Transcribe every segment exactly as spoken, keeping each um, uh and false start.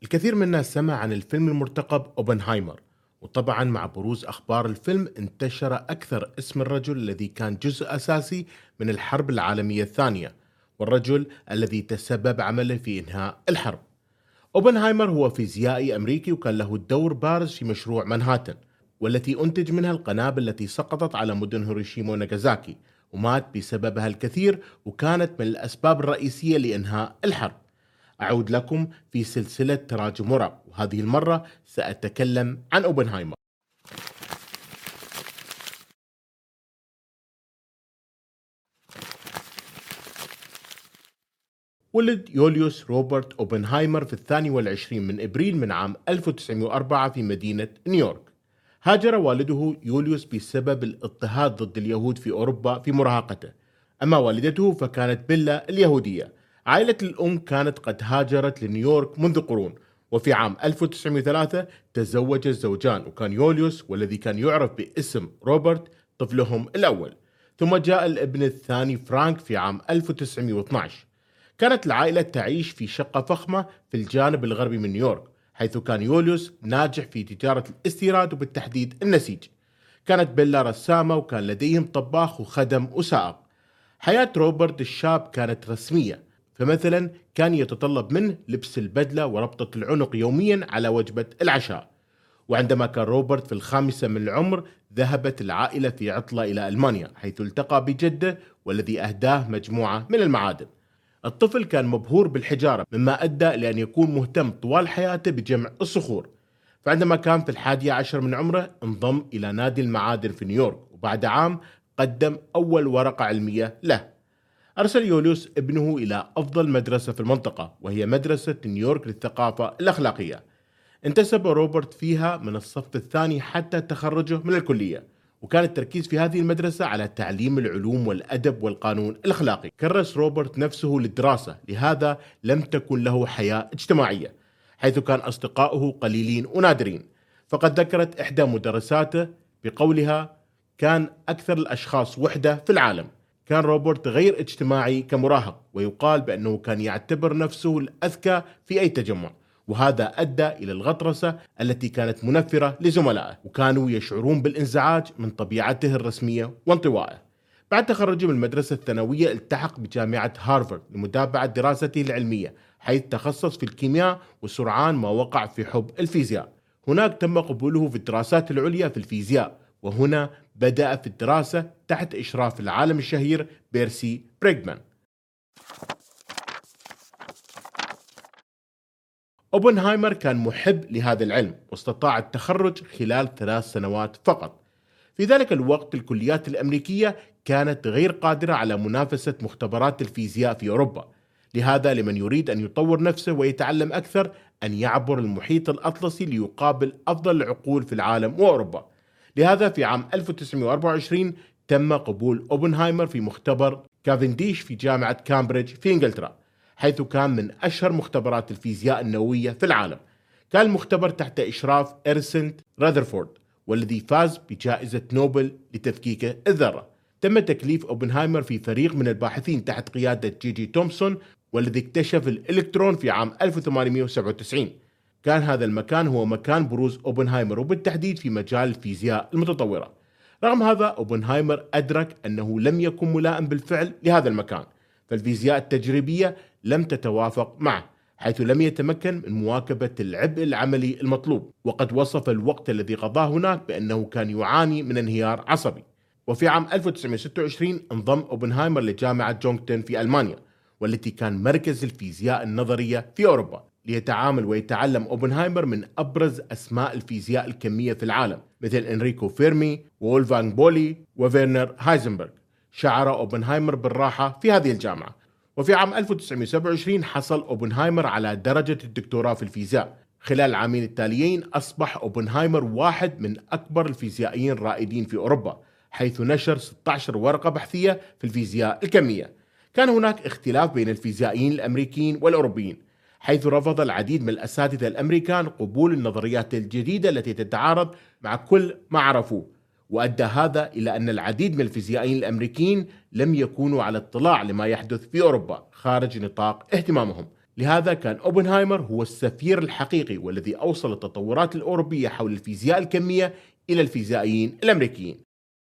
الكثير منا سمع عن الفيلم المرتقب أوبنهايمر، وطبعا مع بروز أخبار الفيلم انتشر أكثر اسم الرجل الذي كان جزء أساسي من الحرب العالمية الثانية، والرجل الذي تسبب عمله في إنهاء الحرب. أوبنهايمر هو فيزيائي أمريكي وكان له دور بارز في مشروع مانهاتن، والتي أنتج منها القنابل التي سقطت على مدن هيروشيما وناغازاكي، ومات بسببها الكثير، وكانت من الأسباب الرئيسية لإنهاء الحرب. أعود لكم في سلسلة تراجم ورق، وهذه المرة سأتكلم عن أوبنهايمر. ولد يوليوس روبرت أوبنهايمر في الثاني والعشرين من إبريل من عام ألف وتسعمائة وأربعة في مدينة نيويورك. هاجر والده يوليوس بسبب الاضطهاد ضد اليهود في أوروبا في مراهقته، أما والدته فكانت بيلا اليهودية. عائلة الأم كانت قد هاجرت لنيويورك منذ قرون، وفي عام ألف وتسعمائة وثلاثة تزوج الزوجان، وكان يوليوس والذي كان يعرف باسم روبرت طفلهم الأول. ثم جاء الابن الثاني فرانك في عام ألف وتسعمائة واثني عشر. كانت العائلة تعيش في شقة فخمة في الجانب الغربي من نيويورك، حيث كان يوليوس ناجح في تجارة الاستيراد وبالتحديد النسيج. كانت بيلا رسامة، وكان لديهم طباخ وخدم وسائق. حياة روبرت الشاب كانت رسمية، فمثلا كان يتطلب منه لبس البدلة وربطة العنق يوميا على وجبة العشاء. وعندما كان روبرت في الخامسة من العمر ذهبت العائلة في عطلة إلى ألمانيا، حيث التقى بجده والذي أهداه مجموعة من المعادن. الطفل كان مبهور بالحجارة، مما أدى لأن يكون مهتم طوال حياته بجمع الصخور. فعندما كان في الحادية عشر من عمره انضم إلى نادي المعادن في نيويورك، وبعد عام قدم أول ورقة علمية له. أرسل يوليوس ابنه إلى أفضل مدرسة في المنطقة، وهي مدرسة نيويورك للثقافة الأخلاقية. انتسب روبرت فيها من الصف الثاني حتى تخرجه من الكلية، وكان التركيز في هذه المدرسة على تعليم العلوم والأدب والقانون الأخلاقي. كرس روبرت نفسه للدراسة، لهذا لم تكن له حياة اجتماعية، حيث كان أصدقاؤه قليلين ونادرين. فقد ذكرت إحدى مدرساته بقولها: كان أكثر الأشخاص وحدة في العالم. كان روبرت غير اجتماعي كمراهق، ويقال بأنه كان يعتبر نفسه الأذكى في أي تجمع، وهذا أدى إلى الغطرسة التي كانت منفرة لزملائه، وكانوا يشعرون بالانزعاج من طبيعته الرسمية وانطوائه. بعد تخرجه من المدرسة الثانوية التحق بجامعة هارفارد لمتابعة دراسته العلمية، حيث تخصص في الكيمياء، وسرعان ما وقع في حب الفيزياء. هناك تم قبوله في الدراسات العليا في الفيزياء، وهنا بدأ في الدراسة تحت إشراف العالم الشهير بيرسي بريغمان. أوبنهايمر كان محب لهذا العلم، واستطاع التخرج خلال ثلاث سنوات فقط. في ذلك الوقت الكليات الأمريكية كانت غير قادرة على منافسة مختبرات الفيزياء في أوروبا، لهذا لمن يريد أن يطور نفسه ويتعلم أكثر أن يعبر المحيط الأطلسي ليقابل أفضل العقول في العالم وأوروبا. لهذا في عام ألف وتسعمائة وأربعة وعشرين تم قبول أوبنهايمر في مختبر كافنديش في جامعة كامبريدج في إنجلترا، حيث كان من أشهر مختبرات الفيزياء النووية في العالم. كان المختبر تحت إشراف إرسنت راذرفورد، والذي فاز بجائزة نوبل لتفكيك الذرة. تم تكليف أوبنهايمر في فريق من الباحثين تحت قيادة جي جي تومسون، والذي اكتشف الإلكترون في عام ألف وثمانمائة وسبعة وتسعين. كان هذا المكان هو مكان بروز أوبنهايمر، وبالتحديد في مجال الفيزياء المتطورة. رغم هذا أوبنهايمر أدرك أنه لم يكن ملائم بالفعل لهذا المكان، فالفيزياء التجريبية لم تتوافق معه، حيث لم يتمكن من مواكبة العبء العملي المطلوب. وقد وصف الوقت الذي قضاه هناك بأنه كان يعاني من انهيار عصبي. وفي عام ألف وتسعمائة وستة وعشرين انضم أوبنهايمر لجامعة جونغتون في ألمانيا، والتي كان مركز الفيزياء النظرية في أوروبا، ليتعامل ويتعلم أوبنهايمر من أبرز أسماء الفيزياء الكمية في العالم، مثل إنريكو فيرمي وولفانغ بولي وفيرنر هايزنبرغ. شعر أوبنهايمر بالراحة في هذه الجامعة. وفي عام ألف وتسعمائة وسبعة وعشرين حصل أوبنهايمر على درجة الدكتوراه في الفيزياء. خلال العامين التاليين أصبح أوبنهايمر واحد من أكبر الفيزيائيين الرائدين في أوروبا، حيث نشر ستة عشر ورقة بحثية في الفيزياء الكمية. كان هناك اختلاف بين الفيزيائيين الأمريكيين والأوروبيين، حيث رفض العديد من الأساتذة الأمريكان قبول النظريات الجديدة التي تتعارض مع كل ما عرفوه، وأدى هذا إلى أن العديد من الفيزيائيين الأمريكيين لم يكونوا على اطلاع لما يحدث في أوروبا خارج نطاق اهتمامهم. لهذا كان أوبنهايمر هو السفير الحقيقي والذي أوصل التطورات الأوروبية حول الفيزياء الكمية إلى الفيزيائيين الأمريكيين.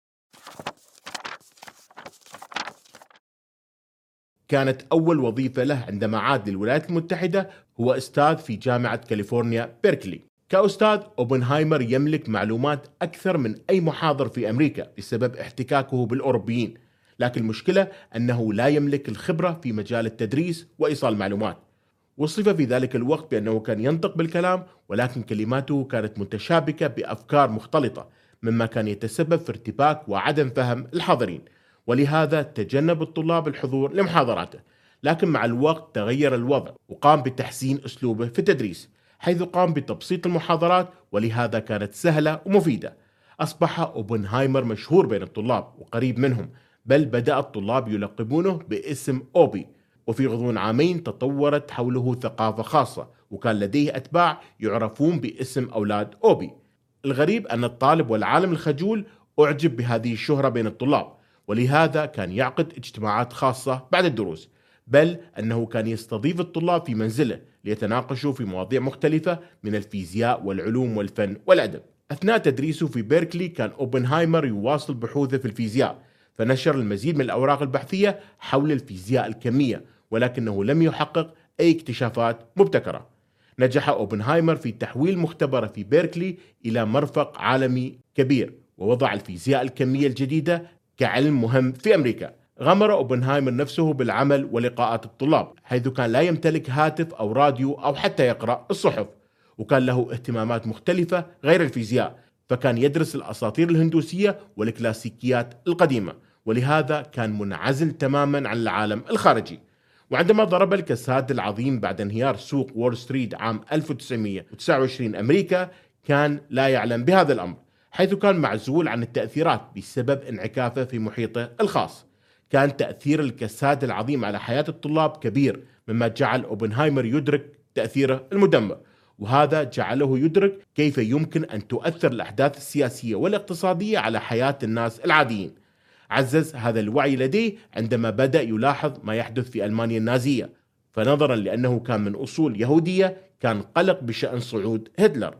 كانت أول وظيفة له عندما عاد للولايات المتحدة هو أستاذ في جامعة كاليفورنيا بيركلي. كأستاذ، أوبنهايمر يملك معلومات أكثر من أي محاضر في أمريكا بسبب احتكاكه بالأوروبيين، لكن المشكلة أنه لا يملك الخبرة في مجال التدريس وإيصال المعلومات. وصف في ذلك الوقت بأنه كان ينطق بالكلام، ولكن كلماته كانت متشابكة بأفكار مختلطة، مما كان يتسبب في ارتباك وعدم فهم الحاضرين، ولهذا تجنب الطلاب الحضور لمحاضراته. لكن مع الوقت تغير الوضع وقام بتحسين أسلوبه في التدريس، حيث قام بتبسيط المحاضرات، ولهذا كانت سهلة ومفيدة. أصبح أوبنهايمر مشهور بين الطلاب وقريب منهم، بل بدأ الطلاب يلقبونه باسم أوبي. وفي غضون عامين تطورت حوله ثقافة خاصة، وكان لديه أتباع يعرفون باسم أولاد أوبي. الغريب أن الطالب والعالم الخجول أعجب بهذه الشهرة بين الطلاب، ولهذا كان يعقد اجتماعات خاصة بعد الدروس، بل أنه كان يستضيف الطلاب في منزله ليتناقشوا في مواضيع مختلفة من الفيزياء والعلوم والفن والأدب. أثناء تدريسه في بيركلي كان أوبنهايمر يواصل بحوثه في الفيزياء، فنشر المزيد من الأوراق البحثية حول الفيزياء الكمية، ولكنه لم يحقق أي اكتشافات مبتكرة. نجح أوبنهايمر في تحويل مختبره في بيركلي إلى مرفق عالمي كبير، ووضع الفيزياء الكمية الجديدة كعلم مهم في أمريكا. غمر أوبنهايمر نفسه بالعمل ولقاءات الطلاب، حيث كان لا يمتلك هاتف أو راديو أو حتى يقرأ الصحف، وكان له اهتمامات مختلفة غير الفيزياء، فكان يدرس الأساطير الهندوسية والكلاسيكيات القديمة، ولهذا كان منعزل تماما عن العالم الخارجي. وعندما ضرب الكساد العظيم بعد انهيار سوق وول ستريت عام ألف وتسعمئة وتسعة وعشرين أمريكا، كان لا يعلم بهذا الأمر، حيث كان معزول عن التأثيرات بسبب انعكافه في محيطه الخاص. كان تأثير الكساد العظيم على حياة الطلاب كبير، مما جعل أوبنهايمر يدرك تأثيره المدمر، وهذا جعله يدرك كيف يمكن أن تؤثر الأحداث السياسية والاقتصادية على حياة الناس العاديين. عزز هذا الوعي لديه عندما بدأ يلاحظ ما يحدث في ألمانيا النازية، فنظرا لأنه كان من أصول يهودية كان قلق بشأن صعود هتلر.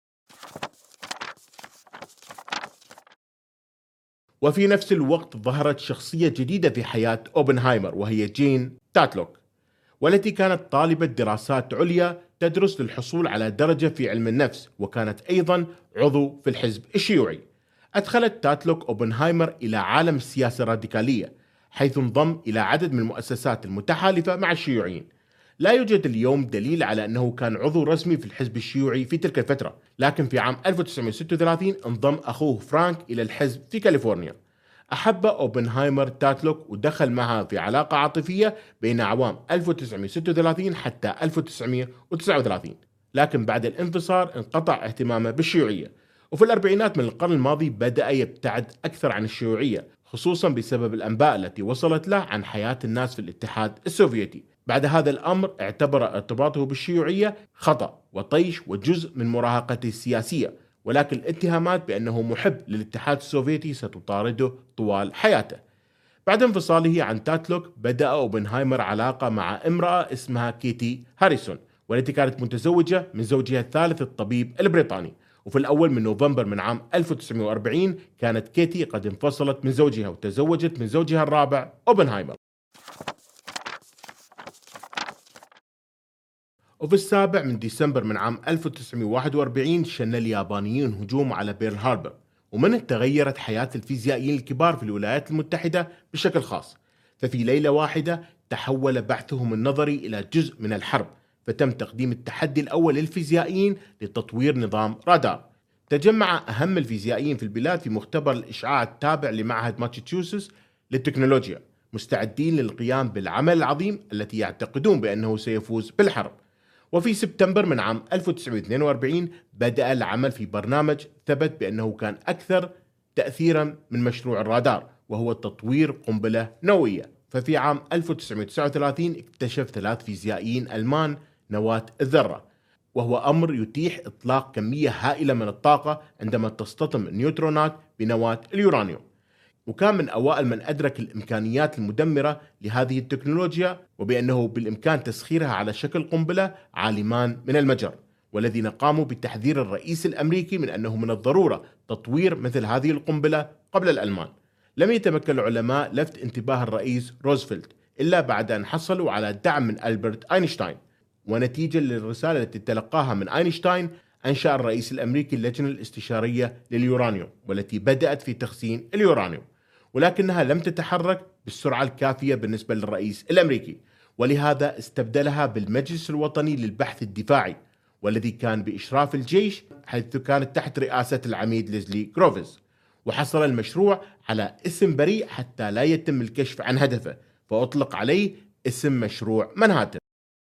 وفي نفس الوقت ظهرت شخصية جديدة في حياة أوبنهايمر، وهي جين تاتلوك، والتي كانت طالبة دراسات عليا تدرس للحصول على درجة في علم النفس، وكانت أيضا عضو في الحزب الشيوعي. أدخلت تاتلوك أوبنهايمر إلى عالم السياسة الراديكالية، حيث انضم إلى عدد من المؤسسات المتحالفة مع الشيوعيين. لا يوجد اليوم دليل على أنه كان عضو رسمي في الحزب الشيوعي في تلك الفترة، لكن في عام ألف وتسعمئة وستة وثلاثين انضم أخوه فرانك إلى الحزب في كاليفورنيا. أحب أوبنهايمر تاتلوك ودخل معها في علاقة عاطفية بين أعوام ألف وتسعمئة وستة وثلاثين حتى ألف وتسعمئة وتسعة وثلاثين، لكن بعد الانتصار انقطع اهتمامه بالشيوعية. وفي الأربعينات من القرن الماضي بدأ يبتعد أكثر عن الشيوعية، خصوصا بسبب الأنباء التي وصلت له عن حياة الناس في الاتحاد السوفيتي. بعد هذا الأمر اعتبر ارتباطه بالشيوعية خطأ وطيش وجزء من مراهقته السياسية، ولكن الاتهامات بأنه محب للاتحاد السوفيتي ستطارده طوال حياته. بعد انفصاله عن تاتلوك بدأ أوبنهايمر علاقة مع امرأة اسمها كيتي هاريسون، والتي كانت متزوجة من زوجها الثالث الطبيب البريطاني. وفي الأول من نوفمبر من عام ألف وتسعمئة وأربعين كانت كيتي قد انفصلت من زوجها وتزوجت من زوجها الرابع أوبنهايمر. وفي السابع من ديسمبر من عام ألف وتسعمئة وواحد وأربعين شن اليابانيون هجوم على بيرل هاربر، ومنه تغيرت حياة الفيزيائيين الكبار في الولايات المتحدة بشكل خاص. ففي ليلة واحدة تحول بحثهم النظري إلى جزء من الحرب، فتم تقديم التحدي الأول للفيزيائيين لتطوير نظام رادار. تجمع أهم الفيزيائيين في البلاد في مختبر الإشعاع التابع لمعهد ماساتشوستس للتكنولوجيا، مستعدين للقيام بالعمل العظيم التي يعتقدون بأنه سيفوز بالحرب. وفي سبتمبر من عام ألف وتسعمئة واثنين وأربعين بدأ العمل في برنامج ثبت بأنه كان أكثر تأثيرا من مشروع الرادار، وهو تطوير قنبلة نووية. ففي عام ألف وتسعمئة وتسعة وثلاثين اكتشف ثلاث فيزيائيين ألمان نواة الذرة، وهو أمر يتيح إطلاق كمية هائلة من الطاقة عندما تصطدم النيوترونات بنواة اليورانيوم. وكان من أوائل من أدرك الإمكانيات المدمرة لهذه التكنولوجيا، وبأنه بالإمكان تسخيرها على شكل قنبلة عالمان من المجر، والذين قاموا بتحذير الرئيس الأمريكي من أنه من الضرورة تطوير مثل هذه القنبلة قبل الألمان. لم يتمكن العلماء لفت انتباه الرئيس روزفلت إلا بعد أن حصلوا على دعم من ألبرت أينشتاين، ونتيجة للرسالة التي تلقاها من أينشتاين أنشأ الرئيس الأمريكي اللجنة الاستشارية لليورانيوم، والتي بدأت في تخزين اليورانيوم، ولكنها لم تتحرك بالسرعة الكافية بالنسبة للرئيس الأمريكي، ولهذا استبدلها بالمجلس الوطني للبحث الدفاعي، والذي كان بإشراف الجيش، حيث كانت تحت رئاسة العميد ليزلي جروفز. وحصل المشروع على اسم بريء حتى لا يتم الكشف عن هدفه، فأطلق عليه اسم مشروع منهاتن.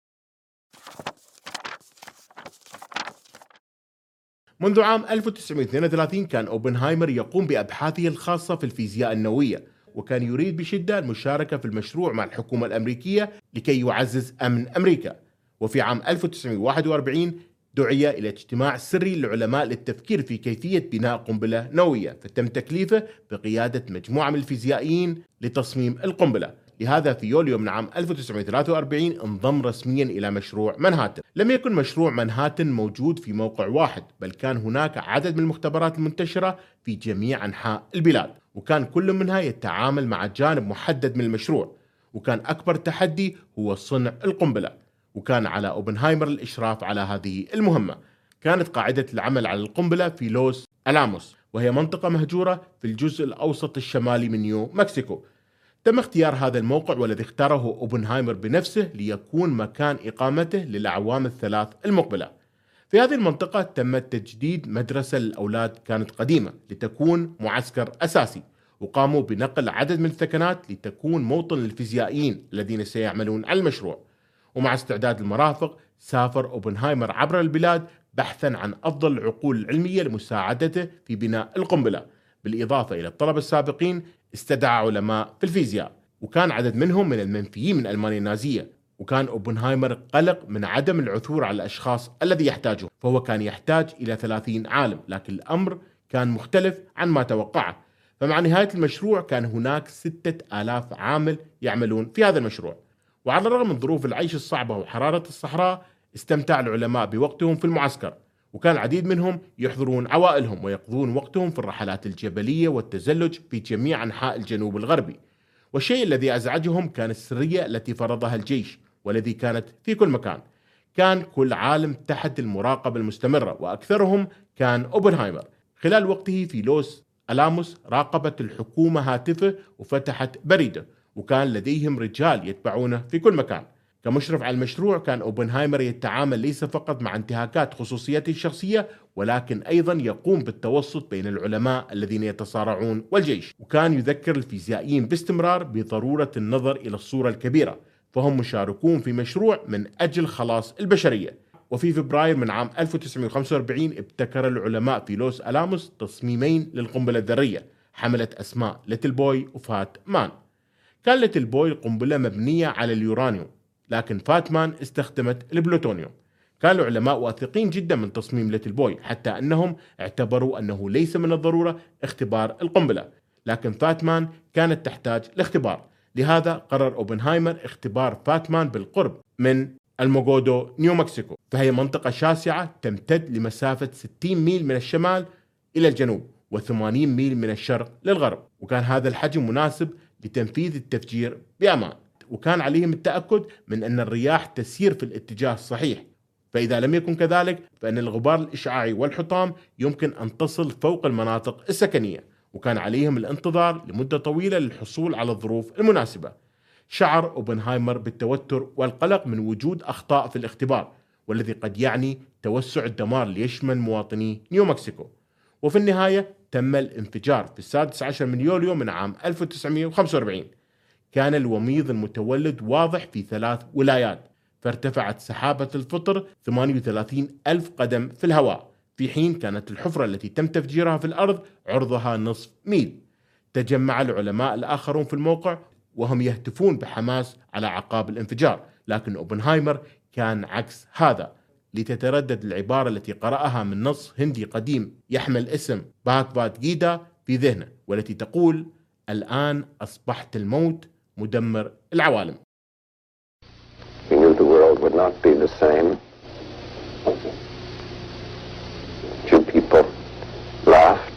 منذ عام ألف وتسعمائة واثنين وثلاثين كان أوبنهايمر يقوم بأبحاثه الخاصة في الفيزياء النووية، وكان يريد بشدة المشاركة في المشروع مع الحكومة الأمريكية لكي يعزز أمن أمريكا. وفي عام ألف وتسعمائة وواحد وأربعين دعي إلى اجتماع سري للعلماء للتفكير في كيفية بناء قنبلة نووية، فتم تكليفه بقيادة مجموعة من الفيزيائيين لتصميم القنبلة. لهذا في يوليو من عام ألف وتسعمائة وثلاثة وأربعين انضم رسميا إلى مشروع منهاتن. لم يكن مشروع منهاتن موجود في موقع واحد، بل كان هناك عدد من المختبرات المنتشرة في جميع أنحاء البلاد، وكان كل منها يتعامل مع جانب محدد من المشروع، وكان أكبر تحدي هو صنع القنبلة، وكان على أوبنهايمر الإشراف على هذه المهمة. كانت قاعدة العمل على القنبلة في لوس ألاموس، وهي منطقة مهجورة في الجزء الأوسط الشمالي من نيو مكسيكو. تم اختيار هذا الموقع، والذي اختاره أوبنهايمر بنفسه ليكون مكان إقامته للأعوام الثلاث المقبلة. في هذه المنطقة تم تجديد مدرسة للأولاد كانت قديمة لتكون معسكر أساسي، وقاموا بنقل عدد من الثكنات لتكون موطن للفيزيائيين الذين سيعملون على المشروع. ومع استعداد المرافق سافر أوبنهايمر عبر البلاد بحثا عن أفضل العقول العلمية لمساعدته في بناء القنبلة. بالإضافة إلى الطلبة السابقين استدعى علماء في الفيزياء، وكان عدد منهم من المنفيين من ألمانيا النازية. وكان أوبنهايمر قلق من عدم العثور على الأشخاص الذي يحتاجه، فهو كان يحتاج إلى ثلاثين عالم، لكن الأمر كان مختلف عن ما توقعه. فمع نهاية المشروع كان هناك ستة آلاف عامل يعملون في هذا المشروع. وعلى الرغم من ظروف العيش الصعبة وحرارة الصحراء استمتع العلماء بوقتهم في المعسكر، وكان العديد منهم يحضرون عوائلهم ويقضون وقتهم في الرحلات الجبلية والتزلج في جميع أنحاء الجنوب الغربي. والشيء الذي أزعجهم كان السرية التي فرضها الجيش، والذي كانت في كل مكان. كان كل عالم تحت المراقبة المستمرة، وأكثرهم كان أوبنهايمر. خلال وقته في لوس ألاموس راقبت الحكومة هاتفه وفتحت بريده، وكان لديهم رجال يتبعونه في كل مكان. كمشرف على المشروع كان أوبنهايمر يتعامل ليس فقط مع انتهاكات خصوصيته الشخصية، ولكن أيضا يقوم بالتوسط بين العلماء الذين يتصارعون والجيش. وكان يذكر الفيزيائيين باستمرار بضرورة النظر إلى الصورة الكبيرة، فهم مشاركون في مشروع من أجل خلاص البشرية. وفي فبراير من عام ألف وتسعمائة وخمسة وأربعين ابتكر العلماء في لوس ألاموس تصميمين للقنبلة الذرية حملت أسماء ليتل بوي وفات مان. كان ليتل بوي قنبلة مبنية على اليورانيوم، لكن فات مان استخدمت البلوتونيوم. كان العلماء واثقين جدا من تصميم ليتل بوي، حتى أنهم اعتبروا أنه ليس من الضرورة اختبار القنبلة، لكن فات مان كانت تحتاج لاختبار. لهذا قرر أوبنهايمر اختبار فات مان بالقرب من الموغودو نيو مكسيكو، فهي منطقة شاسعة تمتد لمسافة ستين ميل من الشمال إلى الجنوب وثمانين ميل من الشرق للغرب، وكان هذا الحجم مناسب لتنفيذ التفجير بأمان. وكان عليهم التأكد من أن الرياح تسير في الاتجاه الصحيح، فإذا لم يكن كذلك فإن الغبار الإشعاعي والحطام يمكن أن تصل فوق المناطق السكنية، وكان عليهم الانتظار لمدة طويلة للحصول على الظروف المناسبة. شعر أوبنهايمر بالتوتر والقلق من وجود أخطاء في الاختبار، والذي قد يعني توسع الدمار ليشمل مواطني نيو مكسيكو. وفي النهاية تم الانفجار في السادس عشر من يوليو من عام ألف وتسعمائة وخمسة وأربعين. كان الوميض المتولد واضح في ثلاث ولايات، فارتفعت سحابة الفطر ثمانية وثلاثين ألف قدم في الهواء، في حين كانت الحفرة التي تم تفجيرها في الأرض عرضها نصف ميل. تجمع العلماء الآخرون في الموقع وهم يهتفون بحماس على أعقاب الانفجار، لكن أوبنهايمر كان عكس هذا، لتتردد العبارة التي قرأها من نص هندي قديم يحمل اسم باغفاد جيتا في ذهنه، والتي تقول: الآن أصبحت الموت مدمر العوالم. He knew the world would not be the same. Few people laughed.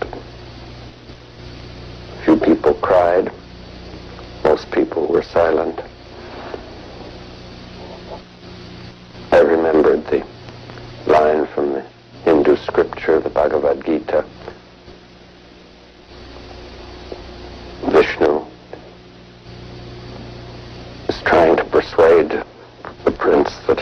Few people cried. Most people were silent. I remembered the line from the Hindu scripture, the Bhagavad Gita. Vishnu is trying to persuade the prince that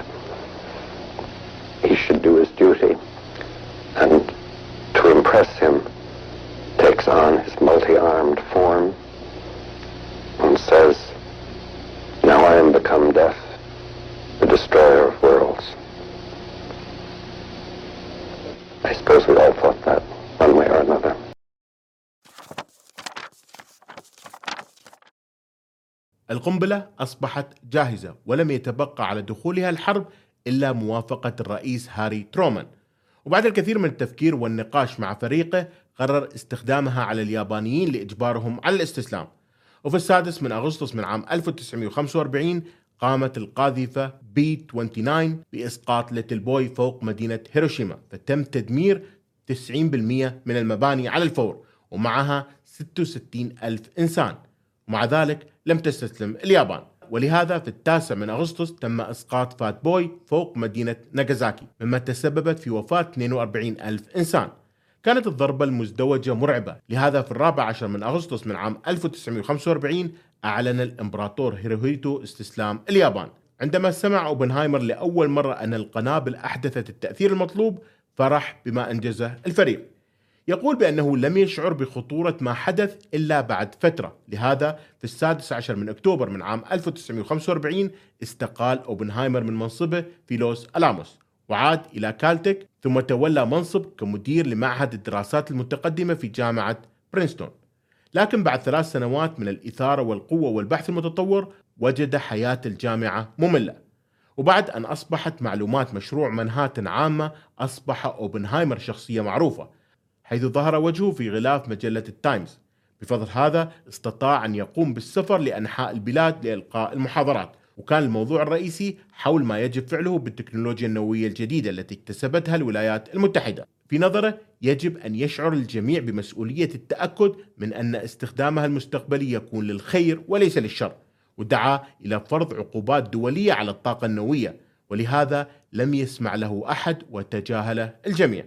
he should do his duty, and to impress him takes on his multi-armed form and says, "Now I am become death, the destroyer of worlds." I suppose we all thought that one way or another. القنبلة أصبحت جاهزة، ولم يتبقى على دخولها الحرب إلا موافقة الرئيس هاري ترومان. وبعد الكثير من التفكير والنقاش مع فريقه قرر استخدامها على اليابانيين لإجبارهم على الاستسلام. وفي السادس من أغسطس من عام ألف وتسعمائة وخمسة وأربعين قامت القاذفة بي تسعة وعشرين بإسقاط ليتل بوي فوق مدينة هيروشيما، فتم تدمير تسعين بالمئة من المباني على الفور، ومعها ستة وستين ألف إنسان. ومع ذلك لم تستسلم اليابان، ولهذا في التاسع من أغسطس تم إسقاط فات بوي فوق مدينة ناغازاكي، مما تسببت في وفاة اثنين وأربعين ألف إنسان. كانت الضربة المزدوجة مرعبة، لهذا في الرابع عشر من أغسطس من عام ألف وتسعمائة وخمسة وأربعين أعلن الإمبراطور هيروهيتو استسلام اليابان. عندما سمع أوبنهايمر لأول مرة أن القنابل أحدثت التأثير المطلوب فرح بما أنجزه الفريق. يقول بأنه لم يشعر بخطورة ما حدث إلا بعد فترة، لهذا في السادس عشر من أكتوبر من عام ألف وتسعمائة وخمسة وأربعين استقال أوبنهايمر من منصبه في لوس ألاموس وعاد إلى كالتك، ثم تولى منصب كمدير لمعهد الدراسات المتقدمة في جامعة برينستون. لكن بعد ثلاث سنوات من الإثارة والقوة والبحث المتطور وجد حياة الجامعة مملة. وبعد أن أصبحت معلومات مشروع منهاتن عامة أصبح أوبنهايمر شخصية معروفة، حيث ظهر وجهه في غلاف مجلة التايمز. بفضل هذا استطاع أن يقوم بالسفر لأنحاء البلاد لإلقاء المحاضرات، وكان الموضوع الرئيسي حول ما يجب فعله بالتكنولوجيا النووية الجديدة التي اكتسبتها الولايات المتحدة. في نظره يجب أن يشعر الجميع بمسؤولية التأكد من أن استخدامها المستقبلي يكون للخير وليس للشر، ودعا إلى فرض عقوبات دولية على الطاقة النووية، ولهذا لم يسمع له أحد وتجاهله الجميع.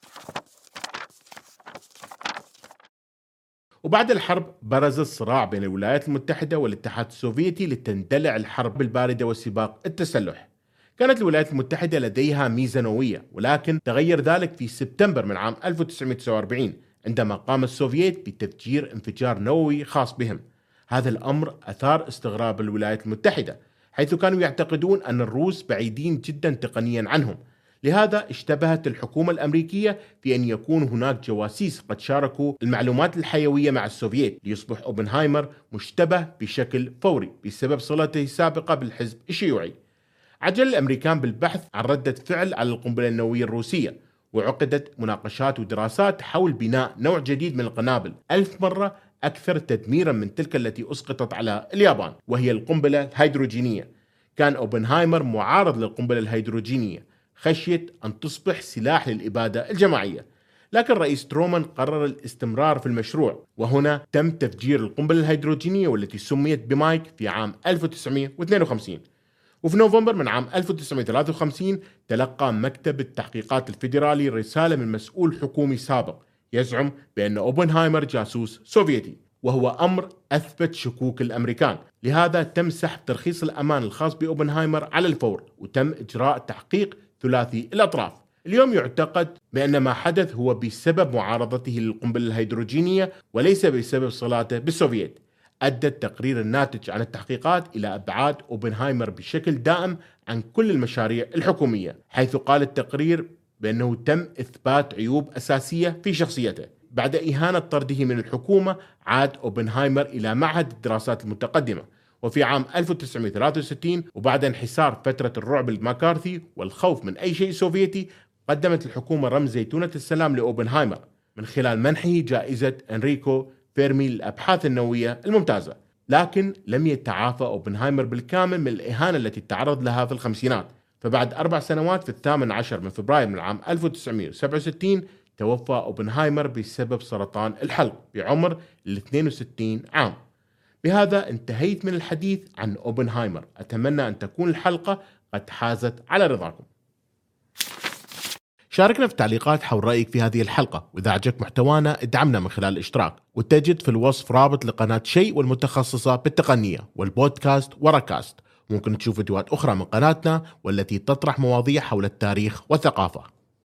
وبعد الحرب برز الصراع بين الولايات المتحدة والاتحاد السوفيتي لتندلع الحرب الباردة وسباق التسلح. كانت الولايات المتحدة لديها ميزة نووية، ولكن تغير ذلك في سبتمبر من عام ألف وتسعمائة وتسعة وأربعين عندما قام السوفييت بتفجير انفجار نووي خاص بهم. هذا الأمر أثار استغراب الولايات المتحدة، حيث كانوا يعتقدون أن الروس بعيدين جدا تقنيا عنهم. لهذا اشتبهت الحكومة الأمريكية في أن يكون هناك جواسيس قد شاركوا المعلومات الحيوية مع السوفييت، ليصبح أوبنهايمر مشتبه بشكل فوري بسبب صلته السابقة بالحزب الشيوعي. عجل الأمريكان بالبحث عن ردة فعل على القنبلة النووية الروسية، وعقدت مناقشات ودراسات حول بناء نوع جديد من القنابل ألف مرة أكثر تدميرا من تلك التي أسقطت على اليابان، وهي القنبلة الهيدروجينية. كان أوبنهايمر معارض للقنبلة الهيدروجينية خشية أن تصبح سلاح للإبادة الجماعية، لكن رئيس ترومان قرر الاستمرار في المشروع، وهنا تم تفجير القنبلة الهيدروجينية والتي سميت بمايك في عام ألف وتسعمائة واثنين وخمسين. وفي نوفمبر من عام ألف وتسعمائة وثلاثة وخمسين تلقى مكتب التحقيقات الفيدرالي رسالة من مسؤول حكومي سابق يزعم بأن أوبنهايمر جاسوس سوفيتي، وهو أمر أثبت شكوك الأمريكان. لهذا تم سحب ترخيص الأمان الخاص بأوبنهايمر على الفور، وتم إجراء تحقيق ثلاثي الأطراف. اليوم يعتقد بأن ما حدث هو بسبب معارضته للقنبلة الهيدروجينية وليس بسبب صلاته بالسوفييت. أدى التقرير الناتج عن التحقيقات إلى إبعاد أوبنهايمر بشكل دائم عن كل المشاريع الحكومية، حيث قال التقرير بأنه تم إثبات عيوب أساسية في شخصيته. بعد إهانة طرده من الحكومة عاد أوبنهايمر إلى معهد الدراسات المتقدمة، وفي عام ألف وتسعمائة وثلاثة وستين وبعد انحسار فترة الرعب الماكارثي والخوف من أي شيء سوفيتي قدمت الحكومة رمز زيتونة السلام لأوبنهايمر من خلال منحه جائزة أنريكو فيرمي للأبحاث النووية الممتازة، لكن لم يتعافى أوبنهايمر بالكامل من الإهانة التي تعرض لها في الخمسينات. فبعد أربع سنوات في الثامن عشر من فبراير من عام ألف وتسعمائة وسبعة وستين توفى أوبنهايمر بسبب سرطان الحلق بعمر اثنين وستين عام. بهذا انتهيت من الحديث عن أوبنهايمر. أتمنى أن تكون الحلقة قد حازت على رضاكم. شاركنا في التعليقات حول رأيك في هذه الحلقة، وإذا عجبك محتوانا ادعمنا من خلال الاشتراك، وتجد في الوصف رابط لقناة شيء والمتخصصة بالتقنية والبودكاست وركاست. ممكن تشوف فيديوهات أخرى من قناتنا والتي تطرح مواضيع حول التاريخ والثقافة.